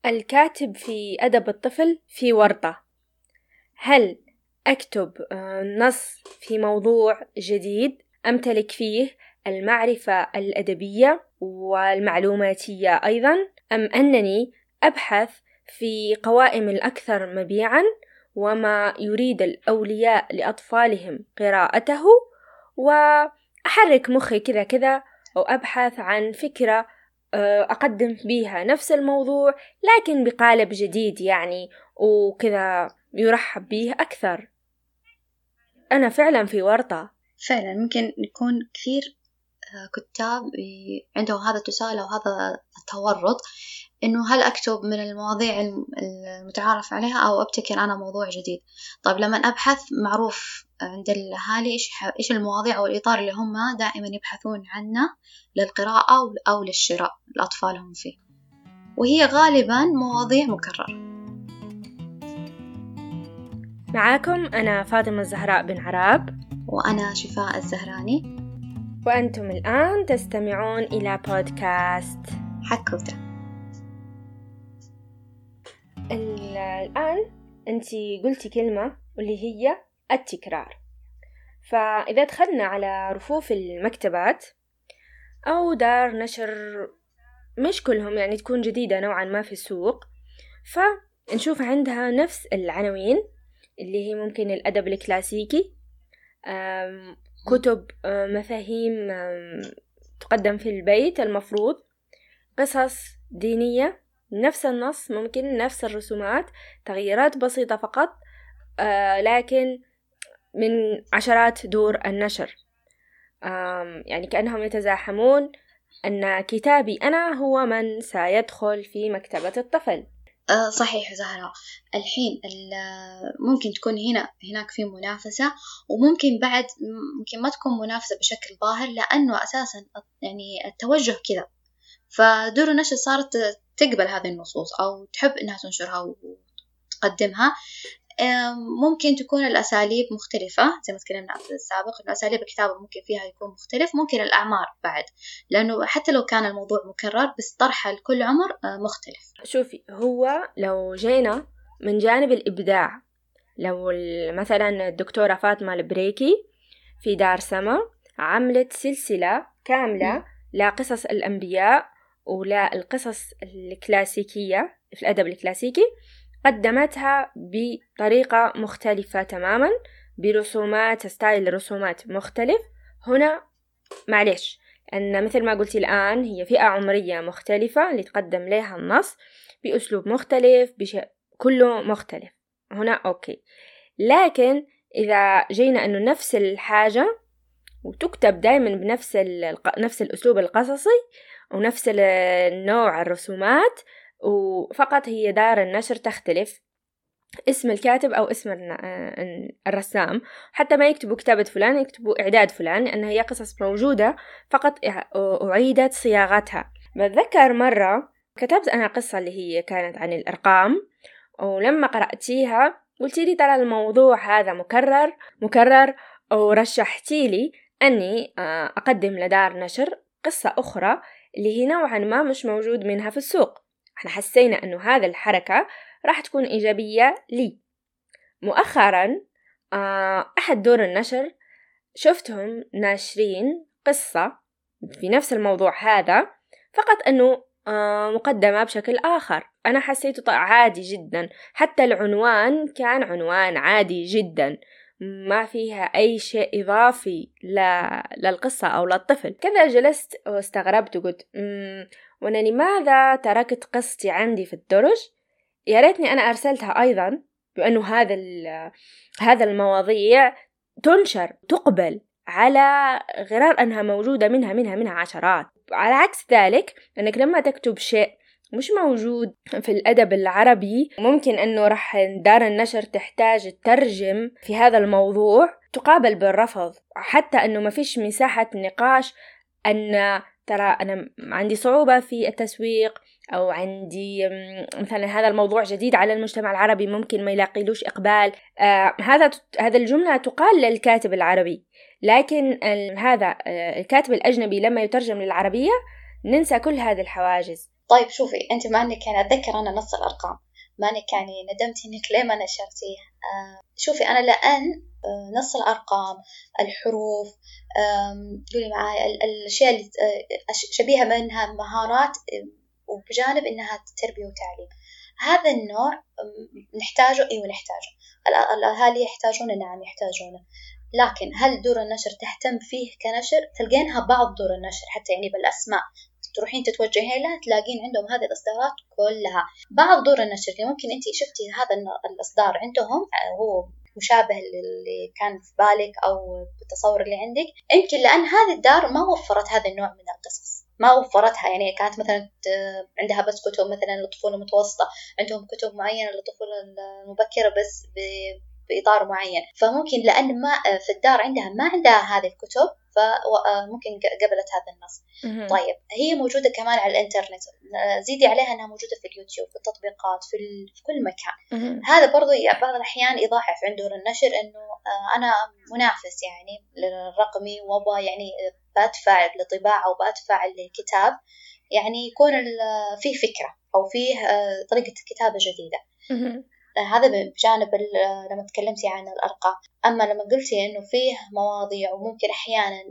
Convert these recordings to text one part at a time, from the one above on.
الكاتب في أدب الطفل في ورطة. هل أكتب نص في موضوع جديد أمتلك فيه المعرفة الأدبية والمعلوماتية أيضا، أم أنني أبحث في قوائم الأكثر مبيعا وما يريد الأولياء لأطفالهم قراءته، وأحرك مخي كذا كذا وأبحث عن فكرة أقدم بيها نفس الموضوع لكن بقالب جديد يعني وكذا يرحب به أكثر. أنا فعلا في ورطة. فعلا ممكن يكون كثير كتاب عندهم هذا التساؤل أو هذا التورط، إنه هل أكتب من المواضيع المتعارف عليها أو أبتكر أنا موضوع جديد. طيب لما أبحث معروف عند الأهالي إيش المواضيع أو الإطار اللي هم دائما يبحثون عنه للقراءة أو للشراء لأطفالهم فيه، وهي غالبا مواضيع مكررة. معاكم أنا فاطمة الزهراء بن عراب، وأنا شفاء الزهراني، وأنتم الآن تستمعون إلى بودكاست حكوتة. الآن أنتي قلتي كلمة واللي هي التكرار. فإذا دخلنا على رفوف المكتبات أو دار نشر، مش كلهم يعني تكون جديدة نوعا ما في السوق، فنشوف عندها نفس العناوين اللي هي ممكن الأدب الكلاسيكي، كتب مفاهيم تقدم في البيت المفروض، قصص دينية، نفس النص ممكن نفس الرسومات، تغييرات بسيطة فقط، لكن من عشرات دور النشر. يعني كأنهم يتزاحمون أن كتابي أنا هو من سيدخل في مكتبة الطفل. صحيح زهراء. الحين ممكن تكون هناك في منافسة، وممكن بعد ممكن ما تكون منافسة بشكل ظاهر، لأنه أساسا يعني التوجه كذا، فدور النشر صارت تقبل هذه النصوص أو تحب إنها تنشرها وتقدمها. ممكن تكون الأساليب مختلفة زي ما تكلمنا في السابق، إنه أساليب الكتابة ممكن فيها يكون مختلف، ممكن الأعمار بعد، لأنه حتى لو كان الموضوع مكرر بس طرحه لكل عمر مختلف. شوفي، هو لو جينا من جانب الإبداع، لو مثلا الدكتورة فاطمة البريكي في دار سما عملت سلسلة كاملة لقصص الأنبياء ولا القصص الكلاسيكية في الأدب الكلاسيكي، قدمتها بطريقة مختلفة تماما، برسومات ستايل رسومات مختلف. هنا معلش أن مثل ما قلت الآن هي فئة عمرية مختلفة اللي تقدم لها النص بأسلوب مختلف، كله مختلف، هنا أوكي. لكن إذا جينا أنه نفس الحاجة وتكتب دائما بنفس نفس الأسلوب القصصي ونفس النوع الرسومات، وفقط هي دار النشر تختلف، اسم الكاتب أو اسم الرسام، حتى ما يكتبوا كتابة فلان يكتبوا إعداد فلان، لأنها هي قصص موجودة فقط أعيدت صياغتها. بتذكر مرة كتبت أنا قصة اللي هي كانت عن الأرقام، ولما قرأتيها قلتي لي ترى الموضوع هذا مكرر ورشحتي لي أني أقدم لدار نشر قصة أخرى اللي هي نوعا ما مش موجود منها في السوق. احنا حسينا أنه هذا الحركة راح تكون إيجابية لي. مؤخرا أحد دور النشر شفتهم ناشرين قصة في نفس الموضوع هذا، فقط أنه مقدمة بشكل آخر. أنا حسيته عادي جدا، حتى العنوان كان عنوان عادي جدا، ما فيها أي شيء إضافي للقصة أو للطفل. كذا جلست واستغربت وقلت وأنا لماذا تركت قصتي عندي في الدرج؟ يا ريتني أنا أرسلتها أيضا، بأنه هذا المواضيع تنشر تقبل على غرار أنها موجودة منها عشرات. على عكس ذلك أنك لما تكتب شيء مش موجود في الأدب العربي، ممكن أنه رح دار النشر تحتاج تترجم في هذا الموضوع، تقابل بالرفض، حتى أنه ما فيش مساحة نقاش أن ترى أنا عندي صعوبة في التسويق، أو عندي مثلا هذا الموضوع جديد على المجتمع العربي ممكن ما يلاقيلوش إقبال. هذا الجملة تقال للكاتب العربي، لكن هذا الكاتب الأجنبي لما يترجم للعربية ننسى كل هذه الحواجز. طيب شوفي أنت، ما أنك يعني أتذكر أنا نص الأرقام، ما أنك يعني ندمت إنك ليه ما نشرتيه. شوفي أنا لأن نص الأرقام، الحروف، قولي معايا الأشياء اللي شبيهة منها مهارات، وبجانب إنها تربية وتعليم، هذا النوع نحتاجه. أيوة نحتاجه، الأهالي يحتاجونه، نعم يحتاجونه. لكن هل دور النشر تهتم فيه كنشر؟ تلقينها بعض دور النشر حتى يعني بالأسماء، تروحين تتوجهين لها تلاقين عندهم هذه الإصدارات كلها. بعض دور النشر ممكن أنت شفتي هذا الإصدار عندهم هو مشابه اللي كان في بالك أو بالتصور اللي عندك، يمكن لأن هذه الدار ما وفرت هذا النوع من القصص، ما وفرتها. يعني كانت مثلا عندها بس كتب مثلا للطفولة المتوسطة، عندهم كتب معينة للطفولة المبكرة بس بإطار معين، فممكن لأن ما في الدار ما عندها هذه الكتب، فممكن قبلت هذا النص. طيب هي موجودة كمان على الإنترنت، زيدي عليها أنها موجودة في اليوتيوب، في التطبيقات، في كل مكان. هذا برضو بعض الأحيان يضاعف عند دور النشر، أنه أنا منافس يعني للرقمي، وأبغى يعني بدفع لطباعة أو بدفع لكتاب يعني يكون فيه فكرة أو فيه طريقة كتابة جديدة. هذا بجانب لما تكلمتي عن الأرقام. أما لما قلتي إنه فيه مواضيع وممكن أحيانا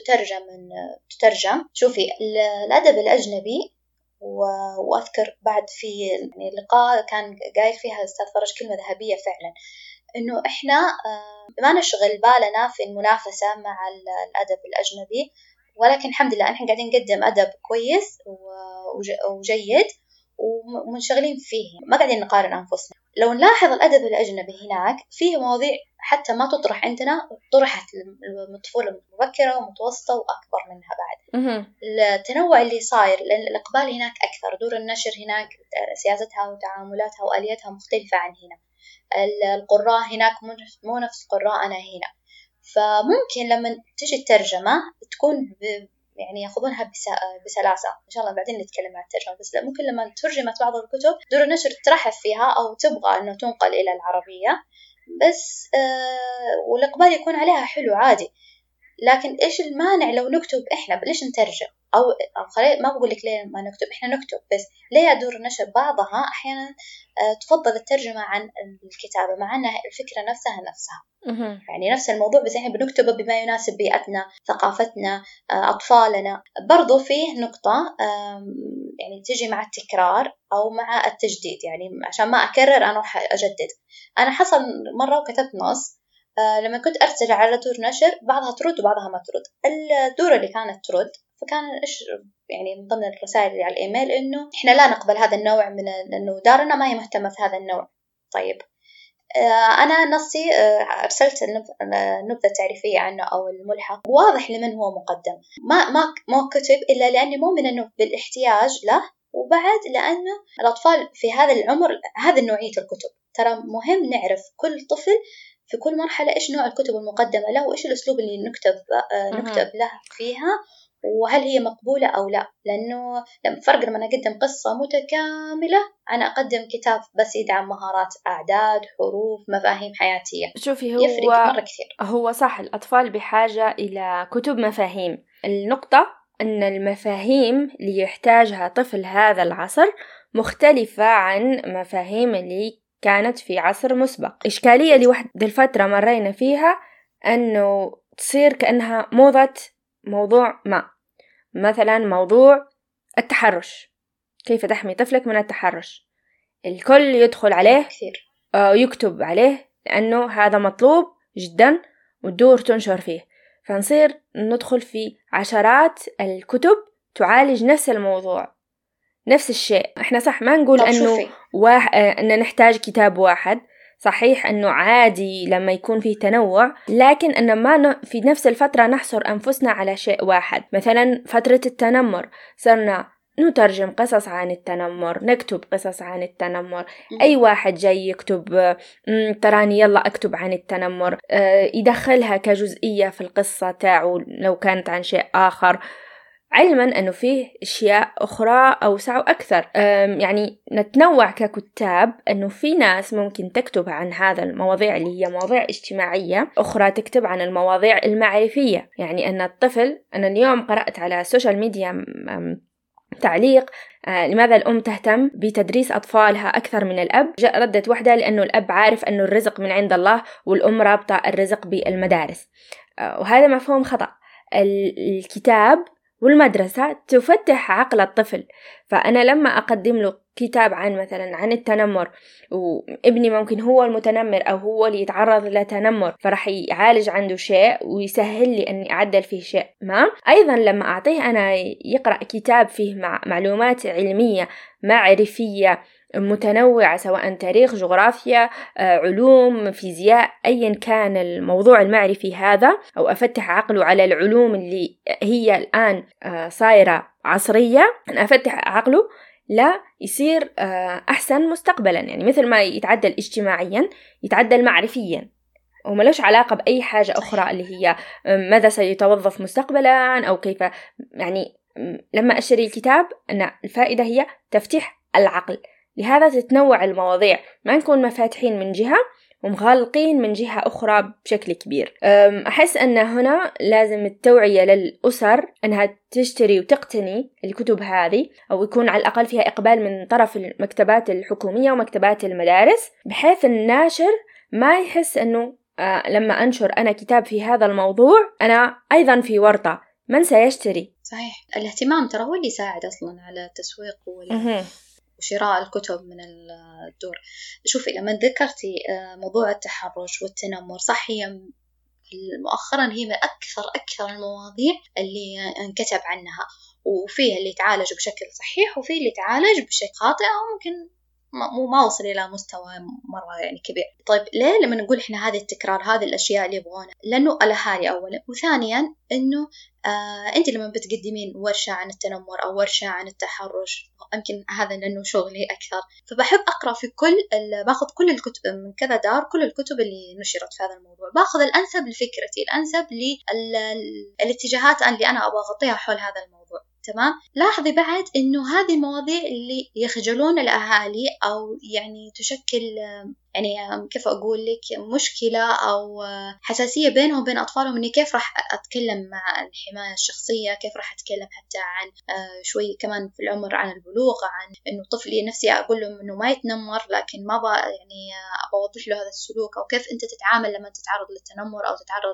تترجم، شوفي الأدب الأجنبي، وأذكر بعد في يعني لقاء كان قايل فيها أستاذ فرج كلمة ذهبية فعلا، إنه إحنا ما نشغل بالنا في المنافسة مع الأدب الأجنبي، ولكن الحمد لله إحنا قاعدين نقدم أدب كويس وجيد ومنشغلين فيه، ما قاعدين نقارن أنفسنا. لو نلاحظ الأدب الأجنبي هناك فيه مواضيع حتى ما تطرح عندنا، طرحت الطفولة المبكرة ومتوسطة وأكبر منها بعد. التنوع اللي صاير، لأن الإقبال هناك أكثر، دور النشر هناك سياستها وتعاملاتها وآلياتها مختلفة عن هنا، القراء هناك مو نفس قراءنا هنا، فممكن لما تجي الترجمة تكون يعني يأخذونها بسلاسة إن شاء الله. بعدين نتكلم عن الترجمة، بس ممكن لما ترجمت بعض الكتب دور النشر ترحب فيها أو تبغى أنه تنقل إلى العربية بس، والإقبال يكون عليها حلو عادي. لكن إيش المانع لو نكتب إحنا؟ ليش نترجم؟ أو ما بقول لك ليه ما نكتب، إحنا نكتب، بس ليه دور النشر بعضها أحيانا تفضل الترجمة عن الكتابة، مع أن الفكرة نفسها يعني نفس الموضوع، بس إحنا بنكتبه بما يناسب بيئتنا، ثقافتنا، أطفالنا. برضو فيه نقطة يعني تجي مع التكرار أو مع التجديد، يعني عشان ما أكرر أنا أروح أجدد. أنا حصل مرة وكتبت نص، لما كنت أرسل على دور نشر بعضها ترد وبعضها ما ترد. الدور اللي كانت ترد فكان إيش يعني من ضمن الرسائل اللي على الإيميل إنه إحنا لا نقبل هذا النوع من إنه دارنا ما هي مهتمة في هذا النوع. طيب أنا نصي أرسلت النبذة التعريفية عنه أو الملحق، واضح لمن هو مقدم، ما كتب إلا لأني مؤمن إنه بالاحتياج له، وبعد لأنه الأطفال في هذا العمر هذا نوعية الكتب. ترى مهم نعرف كل طفل في كل مرحلة إيش نوع الكتب المقدمة له، وإيش الأسلوب اللي نكتب له فيها، وهل هي مقبولة أو لا. لأنه فرق لما أقدم قصة متكاملة عن أقدم كتاب بس يدعم مهارات أعداد، حروف، مفاهيم حياتية. شوفي يفرق مرة كثير. هو صح، الأطفال بحاجة إلى كتب مفاهيم. النقطة أن المفاهيم اللي يحتاجها طفل هذا العصر مختلفة عن مفاهيم اللي كانت في عصر مسبق. إشكالية لوحدة الفترة مرينا فيها أنه تصير كأنها موضة موضوع ما، مثلا موضوع التحرش، كيف تحمي طفلك من التحرش، الكل يدخل عليه ويكتب عليه لأنه هذا مطلوب جدا والدور تنشر فيه، فنصير ندخل في عشرات الكتب تعالج نفس الموضوع نفس الشيء. احنا صح ما نقول أنه أن نحتاج كتاب واحد، صحيح أنه عادي لما يكون فيه تنوع، لكن أن ما في نفس الفترة نحصر أنفسنا على شيء واحد. مثلا فترة التنمر صرنا نترجم قصص عن التنمر، نكتب قصص عن التنمر، أي واحد جاي يكتب تراني يلا أكتب عن التنمر، يدخلها كجزئية في القصة تاعه لو كانت عن شيء آخر، علما أنه فيه أشياء أخرى أوسع وأكثر. يعني نتنوع ككتاب، أنه في ناس ممكن تكتب عن هذا المواضيع اللي هي مواضيع اجتماعية، أخرى تكتب عن المواضيع المعرفية. يعني أن الطفل، أنا اليوم قرأت على السوشيال ميديا تعليق لماذا الأم تهتم بتدريس أطفالها أكثر من الأب؟ ردت واحدة لأنه الأب عارف أنه الرزق من عند الله والأم رابطة الرزق بالمدارس، وهذا مفهوم خطأ. الكتاب والمدرسة تفتح عقل الطفل، فأنا لما أقدم له كتاب مثلا عن التنمر، وابني ممكن هو المتنمر أو هو اللي يتعرض لتنمر، فرح يعالج عنده شيء ويسهل لي أني أعدل فيه شيء ما. أيضا لما أعطيه أنا يقرأ كتاب فيه معلومات علمية معرفية متنوعة، سواء تاريخ، جغرافيا، علوم، فيزياء، أيا كان الموضوع المعرفي هذا، أو أفتح عقله على العلوم اللي هي الآن صايرة عصرية، أنا أفتح عقله لا يصير أحسن مستقبلا. يعني مثل ما يتعدل اجتماعيا يتعدل معرفيا، وملوش علاقة بأي حاجة أخرى اللي هي ماذا سيتوظف مستقبلا أو كيف. يعني لما أشتري الكتاب أن الفائدة هي تفتيح العقل، لهذا تتنوع المواضيع، ما نكون مفاتحين من جهة ومغالقين من جهة أخرى بشكل كبير. أحس أن هنا لازم التوعية للأسر أنها تشتري وتقتني الكتب هذه، أو يكون على الأقل فيها إقبال من طرف المكتبات الحكومية ومكتبات المدارس، بحيث الناشر ما يحس أنه لما أنشر أنا كتاب في هذا الموضوع أنا أيضا في ورطة، من سيشتري؟ صحيح، الاهتمام ترى هو اللي يساعد أصلا على التسويق وشراء الكتب من الدور. شوفي لما ذكرتي موضوع التحرش والتنمر، صح، هي مؤخرا هي من أكثر المواضيع اللي انكتب عنها، وفيها اللي يتعالج بشكل صحيح وفيه اللي يتعالج بشكل خاطئ أو ممكن ما وصل إلى مستوى مرة يعني كبير. طيب ليه لما نقول إحنا هذه التكرار، هذه الأشياء اللي يبغونها؟ لأنه الأهالي أولا، وثانيا إنه أنت لما بتقدمين ورشة عن التنمر أو ورشة عن التحرش، يمكن هذا لأنه شغلي أكثر، فبحب أقرأ في باخذ كل الكتب من كذا دار، كل الكتب اللي نشرت في هذا الموضوع، باخذ الأنسب لفكرتي، الأنسب للاتجاهات اللي أنا أبغى أغطيها حول هذا الموضوع. تمام. لاحظي بعد إنه هذه المواضيع اللي يخجلون الأهالي أو يعني تشكل يعني كيف أقول لك مشكلة أو حساسية بينهم وبين أطفالهم، إني كيف راح أتكلم مع الحماية الشخصية، كيف راح أتكلم حتى عن شوي كمان في العمر عن البلوغ، عن إنه طفلي نفسي أقول لهم إنه ما يتنمر، لكن ما يعني أوضح له هذا السلوك، أو كيف أنت تتعامل لما تتعرض للتنمر أو تتعرض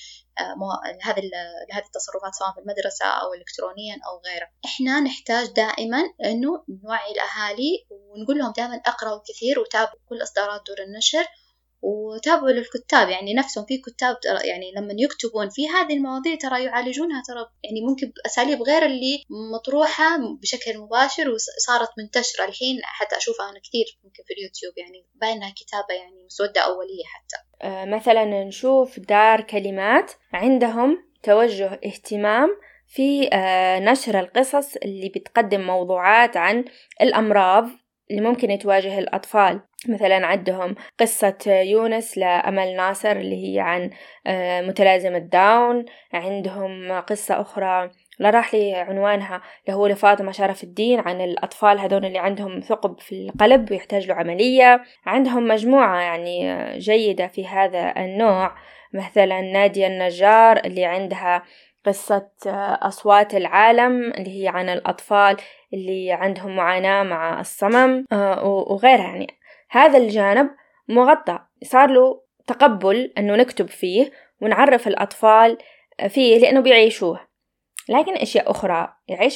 لهذه التصرفات سواء في المدرسة أو إلكترونيا أو غيره. إحنا نحتاج دائما إنه نوعي الأهالي ونقول لهم دائما اقرأوا كثير وتابعوا كل إصدارات دور النشر وتابعوا للكتاب، يعني نفسهم في كتاب يعني لما يكتبون في هذه المواضيع ترى يعالجونها ترى يعني ممكن بأساليب غير اللي مطروحة بشكل مباشر وصارت منتشرة الحين، حتى أشوفها أنا كثير ممكن في اليوتيوب، يعني باينها كتابة يعني مسودة أولية حتى. مثلا نشوف دار كلمات عندهم توجه اهتمام في نشر القصص اللي بتقدم موضوعات عن الأمراض اللي ممكن تواجه الأطفال. مثلا عندهم قصة يونس لأمل ناصر اللي هي عن متلازمة داون، عندهم قصة أخرى لا راح لي عنوانها اللي هو لفاطمة شرف الدين عن الأطفال هذول اللي عندهم ثقب في القلب ويحتاج له عملية. عندهم مجموعة يعني جيدة في هذا النوع، مثلا نادية النجار اللي عندها قصة أصوات العالم اللي هي عن الأطفال اللي عندهم معاناة مع الصمم وغيرها. يعني هذا الجانب مغطى، صار له تقبل أنه نكتب فيه ونعرف الأطفال فيه لأنه بيعيشوه. لكن أشياء أخرى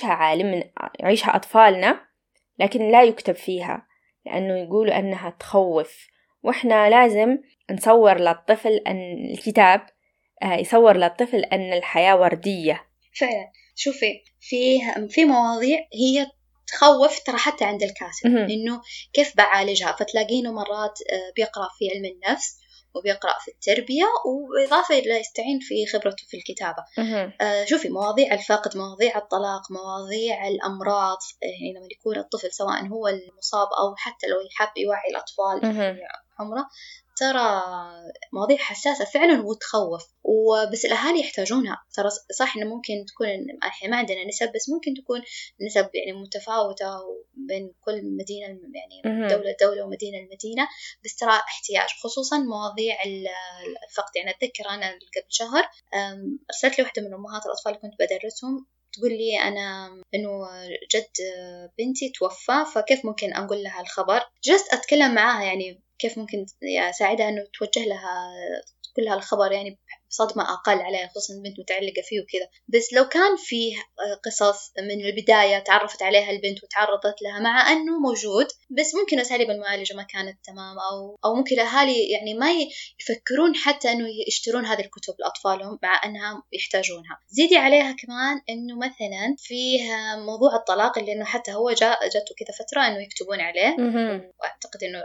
يعيشها أطفالنا لكن لا يكتب فيها لأنه يقولوا أنها تخوف، وإحنا لازم نصور للطفل أن الكتاب يصور للطفل أن الحياة وردية. فعلا شوفي في مواضيع هي تخوف ترى حتى عند الكاتب إنه كيف بعالجها، فتلاقينه مرات بيقرأ في علم النفس وبيقرأ في التربية وإضافة إلى يستعين في خبرته في الكتابة. شوفي مواضيع الفقد، مواضيع الطلاق، مواضيع الأمراض، يعني لما يكون الطفل سواء هو المصاب أو حتى لو يحب يوعي الأطفال في عمره، ترى مواضيع حساسة فعلا وتخوف، وبس الأهالي يحتاجونها. ترى صح إنه ممكن تكون الحين ما عندنا نسب، بس ممكن تكون نسب يعني متفاوتة بين كل مدينة، يعني دولة ومدينة المدينة، بس ترى احتياج خصوصا مواضيع الفقد. يعني أتذكر أنا قبل شهر أرسلت لي واحدة من أمهات الأطفال اللي كنت بدرسهم تقول لي أنا إنه جد بنتي توفى، فكيف ممكن أقول لها الخبر؟ جست أتكلم معاها يعني كيف ممكن أساعدها إنه توجه لها، تقول لها الخبر يعني بصدمة أقل عليها، خصوصا البنت متعلقة فيه وكذا. بس لو كان فيه قصص من البداية تعرفت عليها البنت وتعرضت لها، مع أنه موجود بس ممكن أساليب المعالجة ما كانت تمام، أو ممكن الأهالي يعني ما يفكرون حتى أنه يشترون هذه الكتب لأطفالهم مع أنها يحتاجونها. زيدي عليها كمان أنه مثلا فيها موضوع الطلاق، اللي أنه حتى هو جاته كذا فترة أنه يكتبون عليه، وأعتقد أنه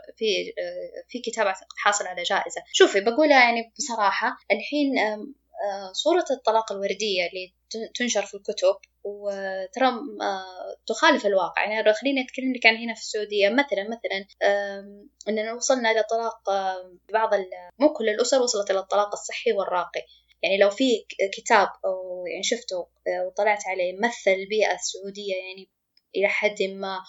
في كتاب حاصل على جائزة. شوفي بقولها يعني بصراحة، الحين صورة الطلاق الوردية اللي تنشر في الكتب وترى تخالف الواقع. يعني خليني أتكلم لك عن هنا في السعودية مثلا أننا وصلنا إلى طلاق بعض مو كل الأسر وصلت إلى الطلاق الصحي والراقي. يعني لو في كتاب أو يعني شفته وطلعت عليه مثل البيئة السعودية يعني إلى حد ما،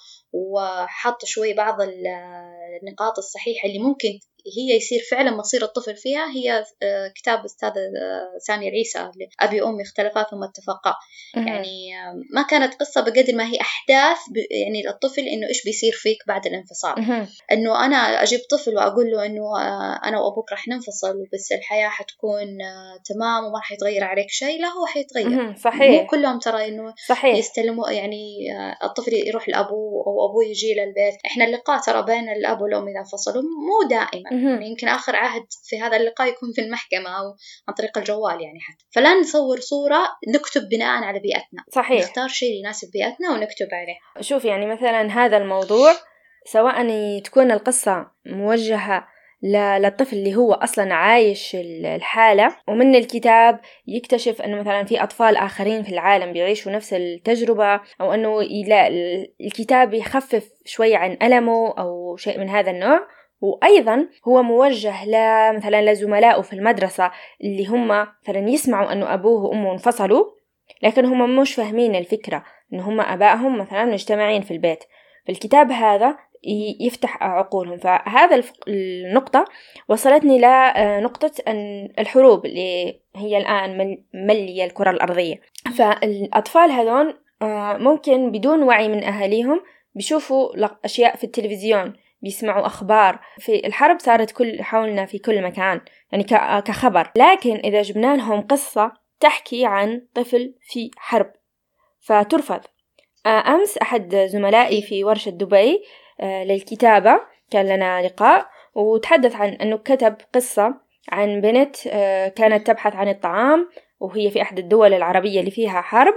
وحط شوي بعض النقاط الصحيحة اللي ممكن هي يصير فعلا مصير الطفل فيها، هي كتاب أستاذ سامي العيسى أبي أمي اختلفا ثم اتفقا. يعني ما كانت قصة بقدر ما هي أحداث يعني الطفل إنه إيش بيصير فيك بعد الانفصال. إنه أنا أجيب طفل وأقول له إنه أنا وأبوك رح ننفصل بس الحياة حتكون تمام وما رح يتغير عليك شيء. لا، هو حيتغير. صحيح. مو كلهم ترى إنه صحيح. يستلموا يعني الطفل يروح لأبوه أو أبوه يجي للبيت. إحنا اللقاء ترى بين الأب والأم إذا انفصلوا مو دائما، يعني يمكن آخر عهد في هذا اللقاء يكون في المحكمة أو عن طريق الجوال يعني حتى. فلا نصور صورة، نكتب بناء على بيئتنا. صحيح. نختار شيء يناسب بيئتنا ونكتب عليه. شوف يعني مثلا هذا الموضوع سواء تكون القصة موجهة للطفل اللي هو أصلا عايش الحالة، ومن الكتاب يكتشف أنه مثلا في أطفال آخرين في العالم بيعيشوا نفس التجربة، أو أنه الكتاب يخفف شوي عن ألمه أو شيء من هذا النوع. وأيضا هو موجه مثلا لزملائه في المدرسة اللي هم مثلا يسمعوا أنه أبوه وأمه انفصلوا، لكن هم مش فاهمين الفكرة أنه هم أبائهم مثلا مجتمعين في البيت. فالكتاب هذا يفتح عقولهم. فهذا النقطة وصلتني لنقطة أن الحروب اللي هي الآن ملية الكرة الأرضية. فالأطفال هذون ممكن بدون وعي من أهاليهم بيشوفوا أشياء في التلفزيون، بيسمعوا أخبار. في الحرب صارت حولنا في كل مكان يعني كخبر، لكن إذا جبنا لهم قصة تحكي عن طفل في حرب فترفض. أمس أحد زملائي في ورشة دبي للكتابة كان لنا لقاء، وتحدث عن أنه كتب قصة عن بنت كانت تبحث عن الطعام وهي في أحد الدول العربية اللي فيها حرب.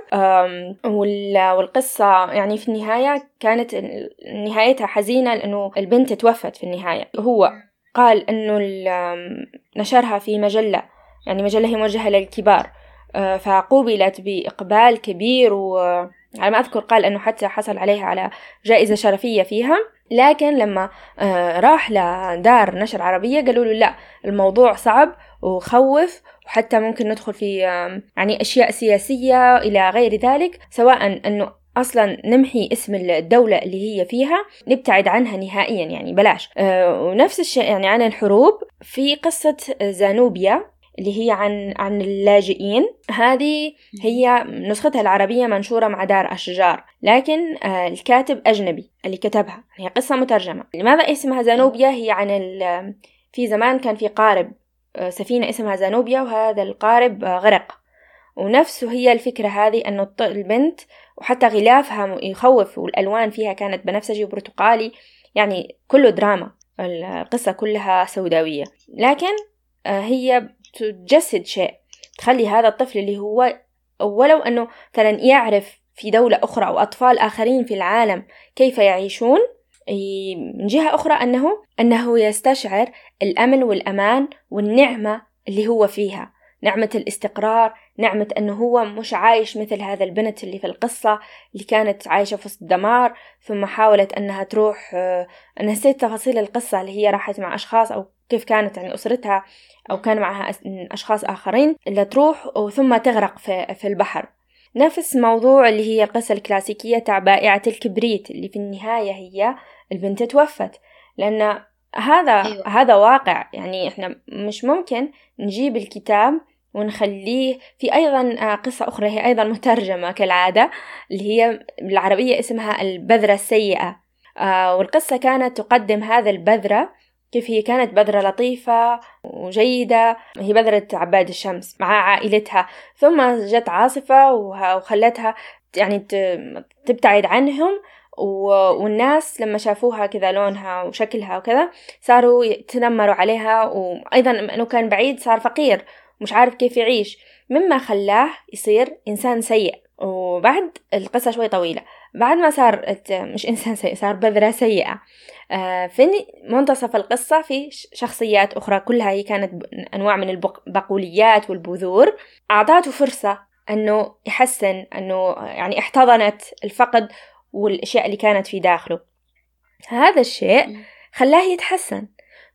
والقصة يعني في النهاية كانت نهايتها حزينة لأنه البنت توفت في النهاية. هو قال أنه نشرها في مجلة، يعني مجلة هي موجهة للكبار، فقوبلت بإقبال كبير، وعلى ما أذكر قال أنه حتى حصل عليها على جائزة شرفية فيها. لكن لما راح لدار نشر عربية قالوا له لا، الموضوع صعب وخوف، وحتى ممكن ندخل في يعني أشياء سياسية إلى غير ذلك، سواء أنه أصلا نمحي اسم الدولة اللي هي فيها، نبتعد عنها نهائيا يعني بلاش. ونفس الشيء يعني عن الحروب، في قصة زانوبيا اللي هي عن اللاجئين. هذه هي نسختها العربية منشورة مع دار أشجار، لكن الكاتب أجنبي اللي كتبها، هي قصة مترجمة. لماذا اسمها زانوبيا؟ هي عن في زمان كان في قارب سفينة اسمها زانوبيا، وهذا القارب غرق. ونفسه هي الفكرة هذه، أنه البنت وحتى غلافها يخوف، والألوان فيها كانت بنفسجي وبرتقالي، يعني كله دراما، القصة كلها سوداوية، لكن هي تجسد شيء تخلي هذا الطفل اللي هو ولو أنه مثلا يعرف في دولة أخرى أو أطفال آخرين في العالم كيف يعيشون، من جهة أخرى أنه يستشعر الأمن والأمان والنعمة اللي هو فيها، نعمة الاستقرار، نعمة أنه هو مش عايش مثل هذا البنت اللي في القصة اللي كانت عايشة في وسط دمار، ثم حاولت أنها تروح. أنا نسيت تفاصيل القصة اللي هي راحت مع أشخاص أو كيف كانت يعني أسرتها، أو كان معها أشخاص آخرين اللي تروح ثم تغرق في البحر. نفس موضوع اللي هي القصة الكلاسيكية تاع بائعة الكبريت، اللي في النهاية هي البنت توفت، لأن هذا واقع. يعني إحنا مش ممكن نجيب الكتاب ونخليه في أيضا قصة أخرى هي أيضا مترجمة كالعادة، اللي هي بالعربية اسمها البذرة السيئة. والقصة كانت تقدم هذا البذرة كيف هي كانت بذرة لطيفة وجيدة، هي بذرة عباد الشمس مع عائلتها، ثم جت عاصفة وخلتها يعني تبتعد عنهم، والناس لما شافوها كذا لونها وشكلها وكذا صاروا يتنمروا عليها، وأيضا أنه كان بعيد صار فقير مش عارف كيف يعيش، مما خلاه يصير إنسان سيء. وبعد القصة شوي طويلة، بعد ما صار مش إنسان سيء صار بذرة سيئة، في منتصف القصة في شخصيات أخرى كلها هي كانت أنواع من البقوليات والبذور، أعطاته فرصة أنه يحسن، أنه يعني احتضنت الفقد والأشياء اللي كانت في داخله. هذا الشيء خلاه يتحسن.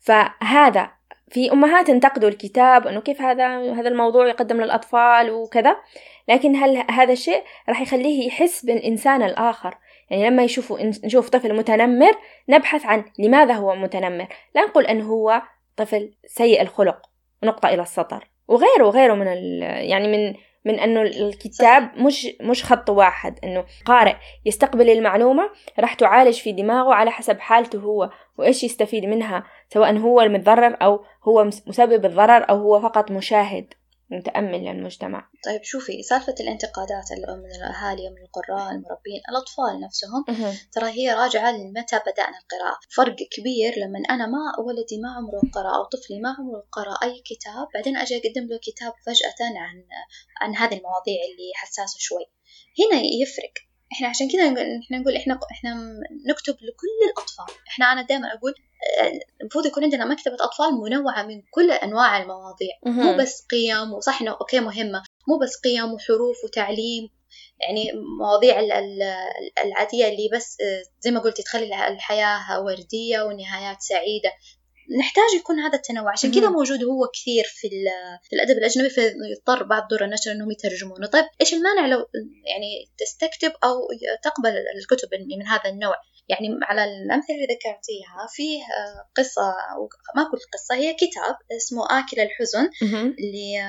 فهذا في أمهات تنتقدوا الكتاب أنه كيف هذا الموضوع يقدم للأطفال وكذا، لكن هل هذا الشيء راح يخليه يحس بالإنسان الآخر؟ يعني لما نشوف طفل متنمر نبحث عن لماذا هو متنمر، لا نقول أنه هو طفل سيء الخلق ونقطة إلى السطر، وغيره من يعني من أنه الكتاب مش خط واحد، أنه قارئ يستقبل المعلومة راح تعالج في دماغه على حسب حالته هو وإيش يستفيد منها، سواء هو المتضرر أو هو مسبب الضرر أو هو فقط مشاهد متأمل للمجتمع. طيب شوفي، سالفة الانتقادات من الأهالي من القراء المربين الأطفال نفسهم ترى هي راجعة لمتى بدأنا القراءة. فرق كبير لما أنا ما ولدي ما عمره قرأ أو طفلي ما عمره قرأ أي كتاب بعدين أجي أقدم له كتاب فجأة عن هذه المواضيع اللي حساسة شوي، هنا يفرق. إحنا عشان كذا نقول إحنا نكتب لكل الأطفال. أنا دائما أقول المفروض يكون عندنا مكتبة أطفال منوعة من كل أنواع المواضيع، مو بس قيم، وصح إنه أوكي مهمة، مو بس قيم وحروف وتعليم، يعني مواضيع العادية اللي بس زي ما قلت تخلي الحياة وردية ونهايات سعيدة. نحتاج يكون هذا التنوع، عشان كذا موجود هو كثير في الأدب الأجنبي، فيضطر بعض دور النشر إنهم يترجمونه. طيب إيش المانع لو يعني تستكتب أو تقبل الكتب من هذا النوع؟ يعني على الأمثلة اللي ذكرتيها فيه قصة، ما كل قصة، هي كتاب اسمه آكل الحزن اللي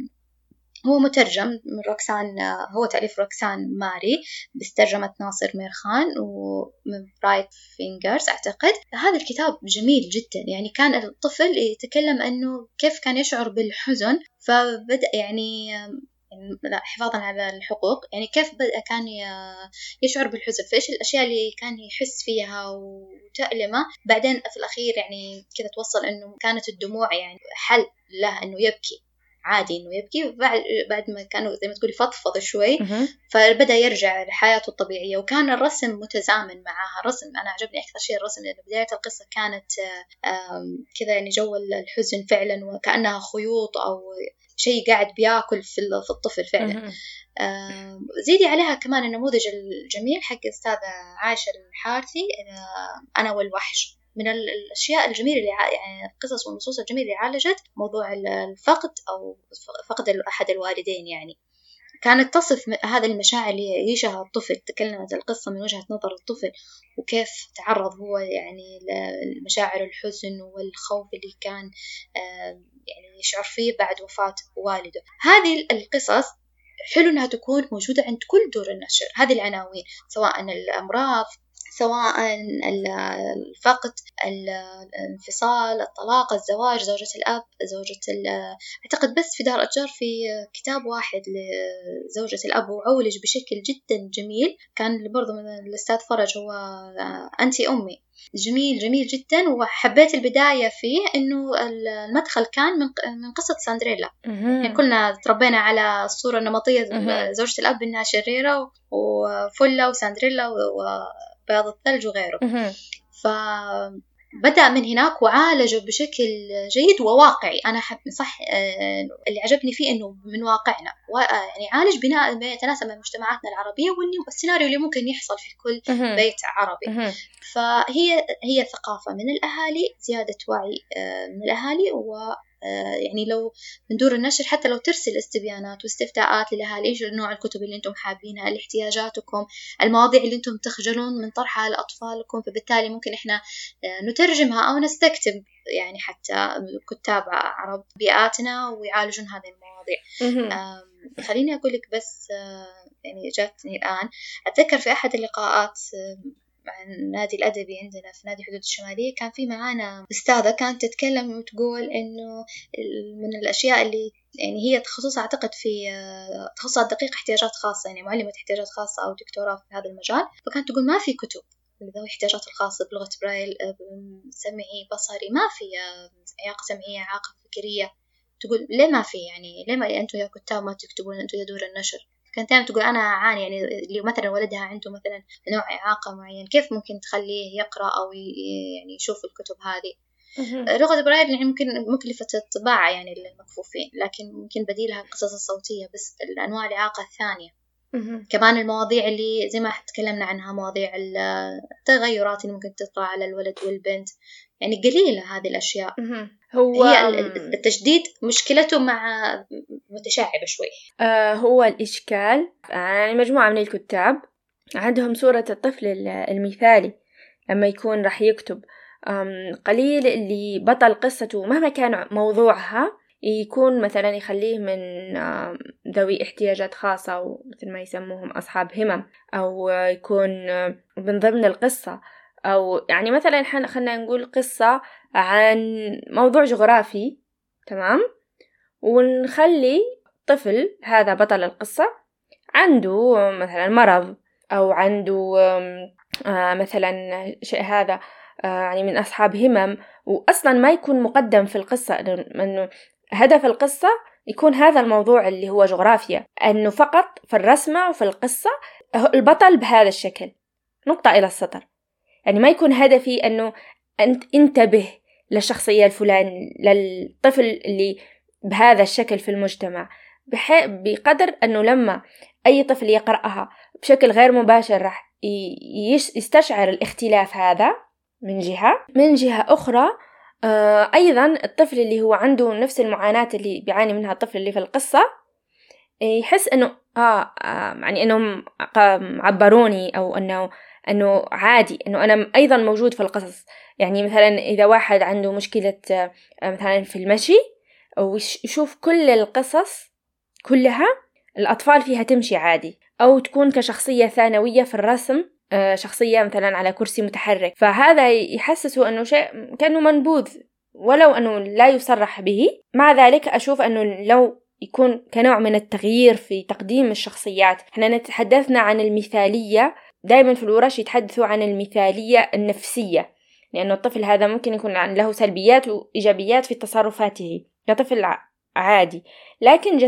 هو مترجم من روكسان، هو تأليف روكسان ماري بس ترجمة ناصر ميرخان ومن برايت فينجرز أعتقد. هذا الكتاب جميل جدا، يعني كان الطفل يتكلم أنه كيف كان يشعر بالحزن، فبدأ يعني حفاظا على الحقوق، يعني كيف كان يشعر بالحزن، فإيش الأشياء اللي كان يحس فيها وتألمه. بعدين في الأخير يعني كذا توصل أنه كانت الدموع يعني حل له أنه يبكي، عادي إنه يبكي. بعد ما كانوا زي ما تقولي فضفض شوي فبدأ يرجع لحياته الطبيعية، وكان الرسم متزامن معها. الرسم أنا عجبني أكثر شيء الرسم، لأن بداية القصة كانت كذا يعني جو الحزن فعلا، وكأنها خيوط أو شيء قاعد بياكل في الطفل فعلا. زيدي عليها كمان النموذج الجميل حق أستاذة عائشة الحارثي أنا والوحش، من الأشياء الجميلة اللي يعني القصص والنصوص الجميلة اللي عالجت موضوع الفقد أو فقد أحد الوالدين. يعني كانت تصف هذا المشاعر اللي يعيشها الطفل، تكلمت القصة من وجهة نظر الطفل وكيف تعرض هو يعني لمشاعر الحزن والخوف اللي كان يعني يشعر فيه بعد وفاة والده. هذه القصص حلو أنها تكون موجودة عند كل دور النشر، هذه العناوين سواء الأمراض، سواء الفقد، الانفصال، الطلاق، الزواج، زوجة الأب، أعتقد بس في دار أتجار في كتاب واحد لزوجة الأب وعولج بشكل جدا جميل، كان برضو من الأستاذ فرج، هو أنتي أمي، جميل جميل جدا. وحبيت البداية فيه إنه المدخل كان من قصة ساندريلا. يعني كلنا تربينا على الصورة النمطية زوجة الأب إنها شريرة وفلة وساندريلا وبياض الثلج وغيره، فبدأ من هناك وعالجه بشكل جيد وواقعي. أنا صح اللي عجبني فيه إنه من واقعنا، يعني عالج بناء ما يتناسب مع مجتمعاتنا العربية والسيناريو اللي ممكن يحصل في كل بيت عربي. فهي ثقافة من الأهالي، زيادة وعي من الأهالي، يعني لو من دور النشر حتى لو ترسل استبيانات واستفتاءات للأهالي، إيش نوع الكتب اللي أنتم حابينها لاحتياجاتكم، المواضيع اللي أنتم تخجلون من طرحها لأطفالكم، فبالتالي ممكن إحنا نترجمها أو نستكتب يعني حتى كتاب عرب بيئاتنا ويعالجون هذه المواضيع. خليني أقول لك بس يعني جاتني الآن أتذكر في أحد اللقاءات مع النادي الأدبي عندنا في نادي حدود الشمالية، كان في معانا أستاذة كانت تتكلم وتقول إنه من الأشياء اللي يعني هي تخصصها أعتقد في تخصصها دقيق احتياجات خاصة، يعني معلمة احتياجات خاصة أو دكتوراه في هذا المجال، فكانت تقول ما في كتب لذوي الاحتياجات الخاصة بلغة برايل، سمعي بصري، ما في إعاقة سمعية، إعاقة فكرية. تقول ليه ما في، يعني ليه ما أنتوا يا كتاب ما تكتبون، أنتوا يا دور النشر. كانت دائما تقول أنا أعاني، يعني اللي مثلا ولدها عنده مثلا نوع إعاقة معين كيف ممكن تخليه يقرأ أو يعني يشوف الكتب هذه. لغة برايل يعني ممكن مكلفة الطباعة يعني للمكفوفين، لكن ممكن بديلها القصص الصوتية بس الأنواع الإعاقة الثانية. كمان المواضيع اللي زي ما تكلمنا عنها، مواضيع التغيرات اللي ممكن تطرأ على الولد والبنت، يعني قليلة هذه الأشياء. هي التشديد مشكلته مع متشعبة شوي. هو الإشكال يعني مجموعة من الكتاب عندهم صورة الطفل المثالي لما يكون راح يكتب، قليل اللي بطل قصته مهما كان موضوعها يكون مثلا يخليه من ذوي احتياجات خاصة أو مثل ما يسموهم أصحاب همم، أو يكون من ضمن القصة، أو يعني مثلا خلنا نقول قصة عن موضوع جغرافي، تمام، ونخلي طفل هذا بطل القصة عنده مثلا مرض أو عنده مثلا شيء هذا يعني من أصحاب همم، وأصلا ما يكون مقدم في القصة، أنه هدف القصة يكون هذا الموضوع اللي هو جغرافيا، أنه فقط في الرسمة وفي القصة البطل بهذا الشكل نقطة إلى السطر، يعني ما يكون هدفي أنه انتبه للشخصية الفلانية للطفل اللي بهذا الشكل في المجتمع، بقدر أنه لما أي طفل يقرأها بشكل غير مباشر راح يستشعر الاختلاف هذا من جهة أخرى. أيضا الطفل اللي هو عنده نفس المعاناة اللي بيعاني منها الطفل اللي في القصة يحس أنه يعني أنهم عبروني، أو أنه عادي أنه أنا أيضا موجود في القصص. يعني مثلا إذا واحد عنده مشكلة مثلا في المشي ويشوف كل القصص كلها الأطفال فيها تمشي عادي، أو تكون كشخصية ثانوية في الرسم، شخصية مثلا على كرسي متحرك، فهذا يحسسه أنه شيء كأنه منبوذ ولو أنه لا يصرح به. مع ذلك أشوف أنه لو يكون كنوع من التغيير في تقديم الشخصيات، احنا نتحدثنا عن المثالية، دائما في الورش يتحدثوا عن المثالية النفسية، لأنه الطفل هذا ممكن يكون له سلبيات وإيجابيات في تصرفاته كطفل عادي، لكن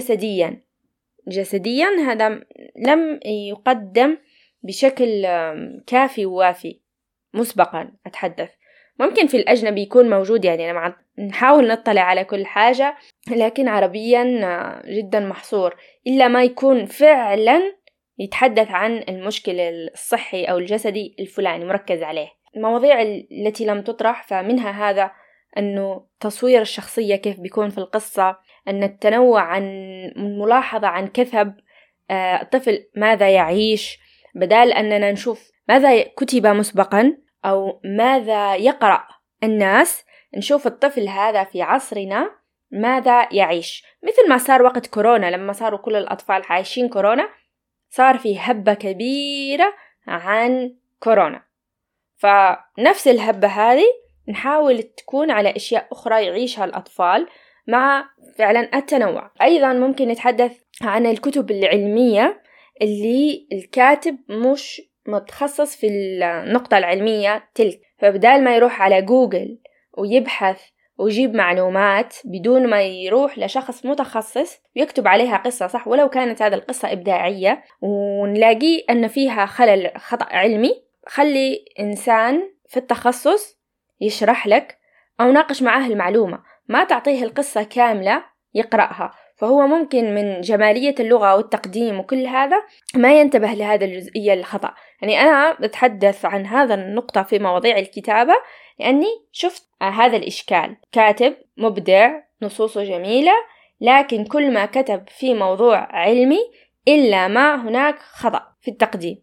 جسديا هذا لم يقدم بشكل كافي ووافي مسبقا. أتحدث ممكن في الأجنبي يكون موجود، يعني أنا نحاول نطلع على كل حاجة، لكن عربيا جدا محصور، إلا ما يكون فعلا يتحدث عن المشكل الصحي أو الجسدي الفلاني مركز عليه. المواضيع التي لم تطرح فمنها هذا، أنه تصوير الشخصية كيف بيكون في القصة، أن التنوع عن ملاحظة عن كثب الطفل ماذا يعيش، بدال أننا نشوف ماذا كتب مسبقا أو ماذا يقرأ الناس، نشوف الطفل هذا في عصرنا ماذا يعيش. مثل ما صار وقت كورونا، لما صاروا كل الأطفال عايشين كورونا صار في هبة كبيرة عن كورونا، فنفس الهبة هذه نحاول تكون على أشياء أخرى يعيشها الأطفال مع فعلا التنوع. أيضا ممكن نتحدث عن الكتب العلمية اللي الكاتب مش متخصص في النقطة العلمية تلك، فبدال ما يروح على جوجل ويبحث ويجيب معلومات بدون ما يروح لشخص متخصص ويكتب عليها قصة صح، ولو كانت هذه القصة إبداعية ونلاقي أن فيها خطأ علمي، خلي إنسان في التخصص يشرح لك أو ناقش معاه المعلومة، ما تعطيه القصة كاملة يقرأها. فهو ممكن من جمالية اللغة والتقديم وكل هذا ما ينتبه لهذا الجزئية الخطأ. يعني أنا أتحدث عن هذا النقطة في مواضيع الكتابة لأني شفت هذا الإشكال، كاتب مبدع نصوصه جميلة، لكن كل ما كتب في موضوع علمي إلا ما هناك خطأ في التقديم.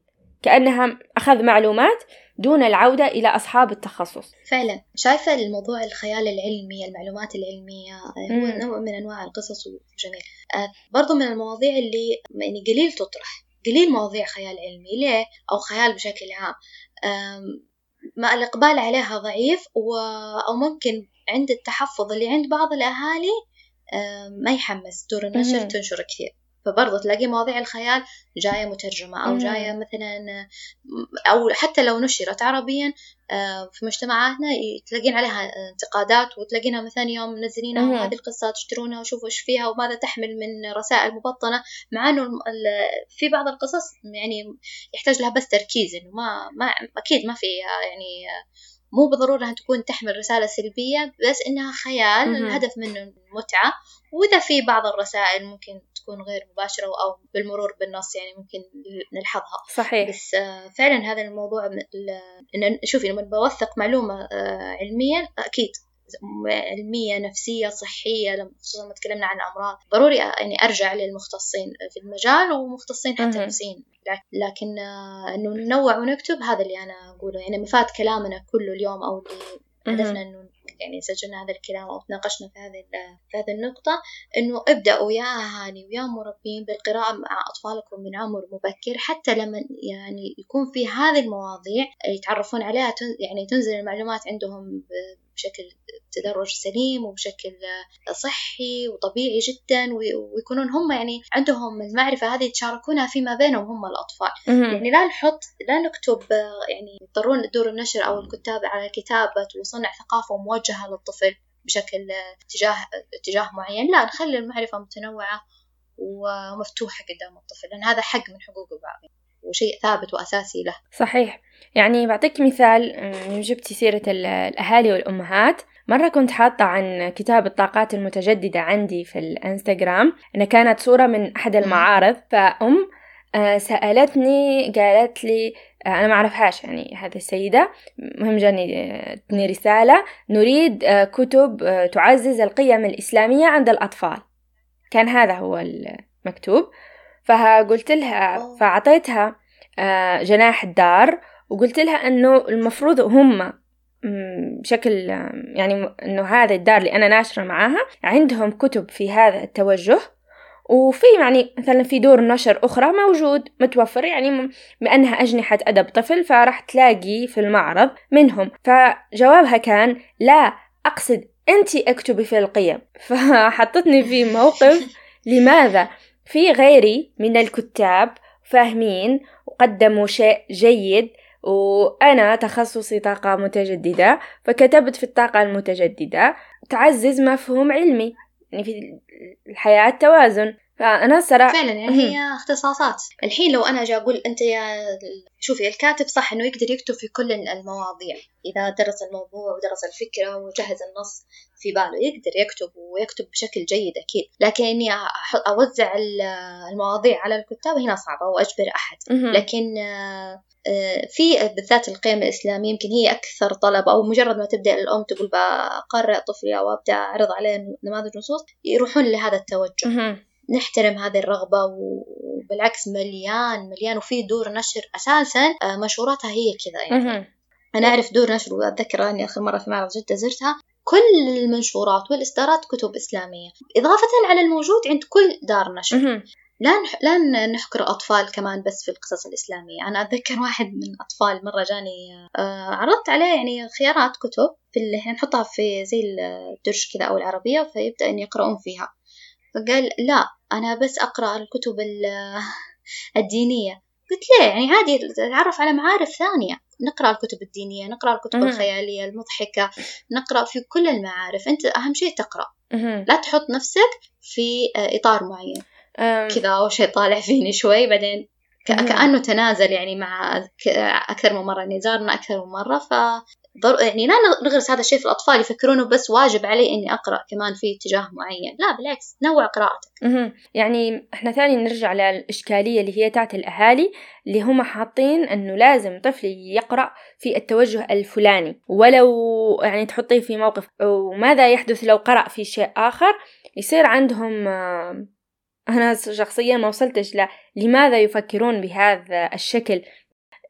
كأنها أخذ معلومات دون العودة إلى أصحاب التخصص. فعلا شايفة الموضوع الخيال العلمي، المعلومات العلمية هو نوع من أنواع القصص وجميل. برضو من المواضيع اللي يعني قليل تطرح، قليل مواضيع خيال علمي ليه أو خيال بشكل عام، ما الإقبال عليها ضعيف، أو ممكن عند التحفظ اللي عند بعض الأهالي ما يحمس دور النشر تنشر كثير. فبرضه تلاقي مواضيع الخيال جاية مترجمة أو جاية مثلا، أو حتى لو نشرت عربيا في مجتمعاتنا تلاقين عليها انتقادات، وتلاقينها مثلا يوم منزلينها هذه القصة تشترونها وشوفوا إيش فيها وماذا تحمل من رسائل مبطنة، مع إنه في بعض القصص يعني يحتاج لها بس تركيز، إنه ما أكيد ما في يعني مو بالضرورة أن تكون تحمل رسالة سلبية، بس إنها خيال الهدف منه متعة. وإذا في بعض الرسائل ممكن تكون غير مباشرة أو بالمرور بالنص يعني ممكن نلحظها. صحيح. بس فعلا هذا الموضوع إن شوفي لما بوثق معلومة علميا، أكيد علمية نفسية صحية، خصوصا ما تكلمنا عن الأمراض، ضروري يعني أرجع للمختصين في المجال ومختصين حتى نفسيين. لكن إنه ننوع ونكتب، هذا اللي أنا أقوله. يعني مفاد كلامنا كله اليوم أو اللي هدفنا إنه يعني سجلنا هذا الكلام أو تناقشنا في هذه النقطة، إنه ابدأوا يا أهالي ويا مربين بالقراءة مع أطفالكم من عمر مبكر، حتى لما يعني يكون في هذه المواضيع يتعرفون عليها، يعني تنزل المعلومات عندهم بشكل تدرج سليم وبشكل صحي وطبيعي جدا، ويكونون هم يعني عندهم المعرفة هذه يتشاركونها فيما بينهم هم الأطفال. يعني لا نكتب يعني يضطرون دور النشر أو الكتاب على كتابة وصنع ثقافة موجهة للطفل بشكل اتجاه معين، لا، نخلي المعرفة متنوعة ومفتوحة قدام الطفل، لأن هذا حق من حقوقه بعض وشيء ثابت وأساسي له. صحيح. يعني بعطيك مثال، جبتي سيرة الأهالي والأمهات. مرة كنت حاطة عن كتاب الطاقات المتجددة عندي في الانستغرام، أنها كانت صورة من أحد المعارض، فأم سألتني قالت لي أنا ما أعرفهاش يعني هذه السيدة، مهم جاني رسالة نريد كتب تعزز القيم الإسلامية عند الأطفال، كان هذا هو المكتوب. فقلت لها، فعطيتها جناح الدار، وقلت لها أنه المفروض هم بشكل يعني أنه هذا الدار اللي أنا ناشرة معاها عندهم كتب في هذا التوجه، وفي يعني مثلا في دور نشر أخرى موجود متوفر، يعني بأنها أجنحة أدب طفل فراح تلاقي في المعرض منهم. فجوابها كان لا، أقصد أنتي اكتبي في القيم. فحطتني في موقف، لماذا في غيري من الكتاب فاهمين وقدموا شيء جيد، وأنا تخصصي طاقة متجددة فكتبت في الطاقة المتجددة تعزز مفهوم علمي، يعني في الحياة توازن. فأنا صراحة فعلا يعني هي اختصاصات. الحين لو أنا أجي أقول أنت شوفي الكاتب صح إنه يقدر يكتب في كل المواضيع، إذا درس الموضوع ودرس الفكرة وجهز النص في باله يقدر يكتب ويكتب بشكل جيد أكيد، لكن إني أوزع المواضيع على الكتاب هنا صعبة وأجبر أحد. لكن في بالذات القيم الإسلامية يمكن هي أكثر طلب، أو مجرد ما تبدأ الأم تقول بقرأ طفلي أو أبدأ أعرض عليه نماذج نصوص يروحون لهذا التوجه. نحترم هذه الرغبة، وبالعكس مليان وفي دور نشر أساسا مشهوراتها هي كذا يعني. أنا أعرف دور نشر، وأتذكر أني آخر مرة في معرض جدة زرتها كل المنشورات والإصدارات كتب إسلامية، إضافة على الموجود عند كل دار نشر. لا نحكر أطفال كمان بس في القصص الإسلامية. أنا أتذكر واحد من الأطفال مرة جاني عرضت عليه يعني خيارات كتب في اللي نحطها في زي الدرج كذا أو العربية، فيبدأ أن يقرؤون فيها. فقال لا، أنا بس أقرأ الكتب الدينية. قلت ليه؟ يعني عادي نتعرف على معارف ثانية، نقرأ الكتب الدينية، نقرأ الكتب الخيالية المضحكة، نقرأ في كل المعارف. أنت أهم شيء تقرأ، لا تحط نفسك في إطار معين كذا أو شيء طالع فيني شوي بعدين كأنه تنازل يعني مع أكثر من مرة، يعني زارنا أكثر من مرة. يعني لا نغرس هذا الشيء في الأطفال يفكرونه بس واجب علي إني أقرأ كمان في اتجاه معين، لا بالعكس نوع قراءتك. يعني إحنا ثاني نرجع للإشكالية اللي هي تاعت الأهالي اللي هم حاطين إنه لازم طفلي يقرأ في التوجه الفلاني، ولو يعني تحطيه في موقف وماذا يحدث لو قرأ في شيء آخر، يصير عندهم أنا شخصيا ما وصلتش لماذا يفكرون بهذا الشكل.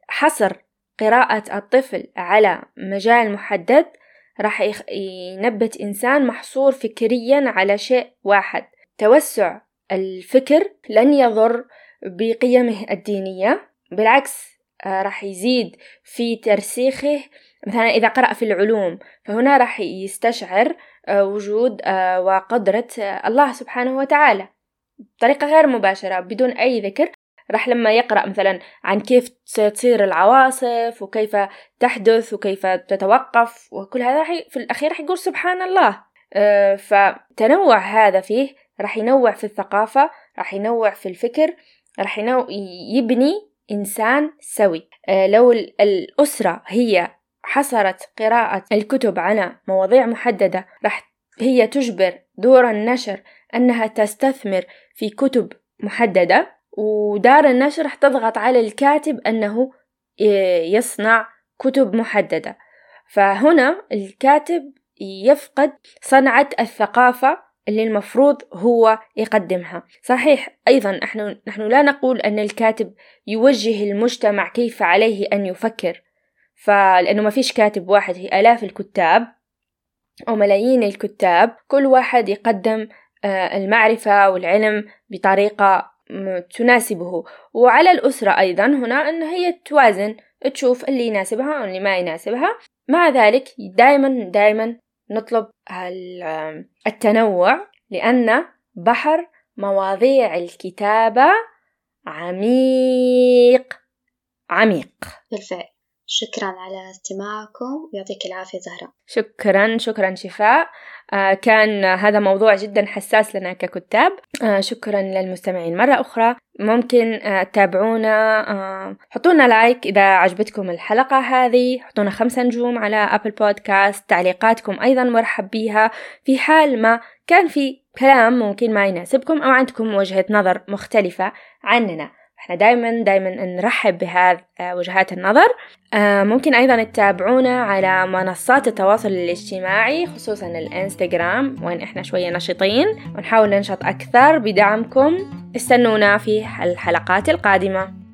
حصر قراءة الطفل على مجال محدد راح ينبت إنسان محصور فكريا على شيء واحد. توسع الفكر لن يضر بقيمه الدينية، بالعكس راح يزيد في ترسيخه. مثلا إذا قرأ في العلوم فهنا راح يستشعر وجود وقدرة الله سبحانه وتعالى بطريقة غير مباشرة بدون أي ذكر. راح لما يقرأ مثلا عن كيف تصير العواصف وكيف تحدث وكيف تتوقف وكل هذا في الأخير راح يقول سبحان الله. فتنوع هذا فيه راح ينوع في الثقافة، راح ينوع في الفكر، راح يبني إنسان سوي. لو الأسرة هي حصرت قراءة الكتب على مواضيع محددة راح هي تجبر دور النشر أنها تستثمر في كتب محددة، ودار النشر راح تضغط على الكاتب أنه يصنع كتب محددة. فهنا الكاتب يفقد صنعة الثقافة اللي المفروض هو يقدمها. صحيح أيضا نحن لا نقول أن الكاتب يوجه المجتمع كيف عليه أن يفكر، فلأنه ما فيش كاتب واحد، هي آلاف الكتاب أو ملايين الكتاب، كل واحد يقدم المعرفة والعلم بطريقة تناسبه. وعلى الأسرة أيضا هنا أن هي توازن، تشوف اللي يناسبها واللي ما يناسبها. مع ذلك دائما نطلب التنوع، لأن بحر مواضيع الكتابة عميق. بالفعل. شكرا على استماعكم ويعطيك العافية زهرة. شكرا شفاء. كان هذا موضوع جدا حساس لنا ككتاب. شكرا للمستمعين مرة أخرى. ممكن تتابعونا، حطونا لايك إذا عجبتكم الحلقة هذه، حطونا 5 نجوم على أبل بودكاست. تعليقاتكم أيضا مرحب بيها في حال ما كان في كلام ممكن ما يناسبكم أو عندكم وجهة نظر مختلفة عننا. احنا دائما نرحب بهذه وجهات النظر. ممكن أيضا تتابعونا على منصات التواصل الاجتماعي، خصوصا الانستغرام وين احنا شوية نشيطين ونحاول ننشط أكثر بدعمكم. استنونا في الحلقات القادمة.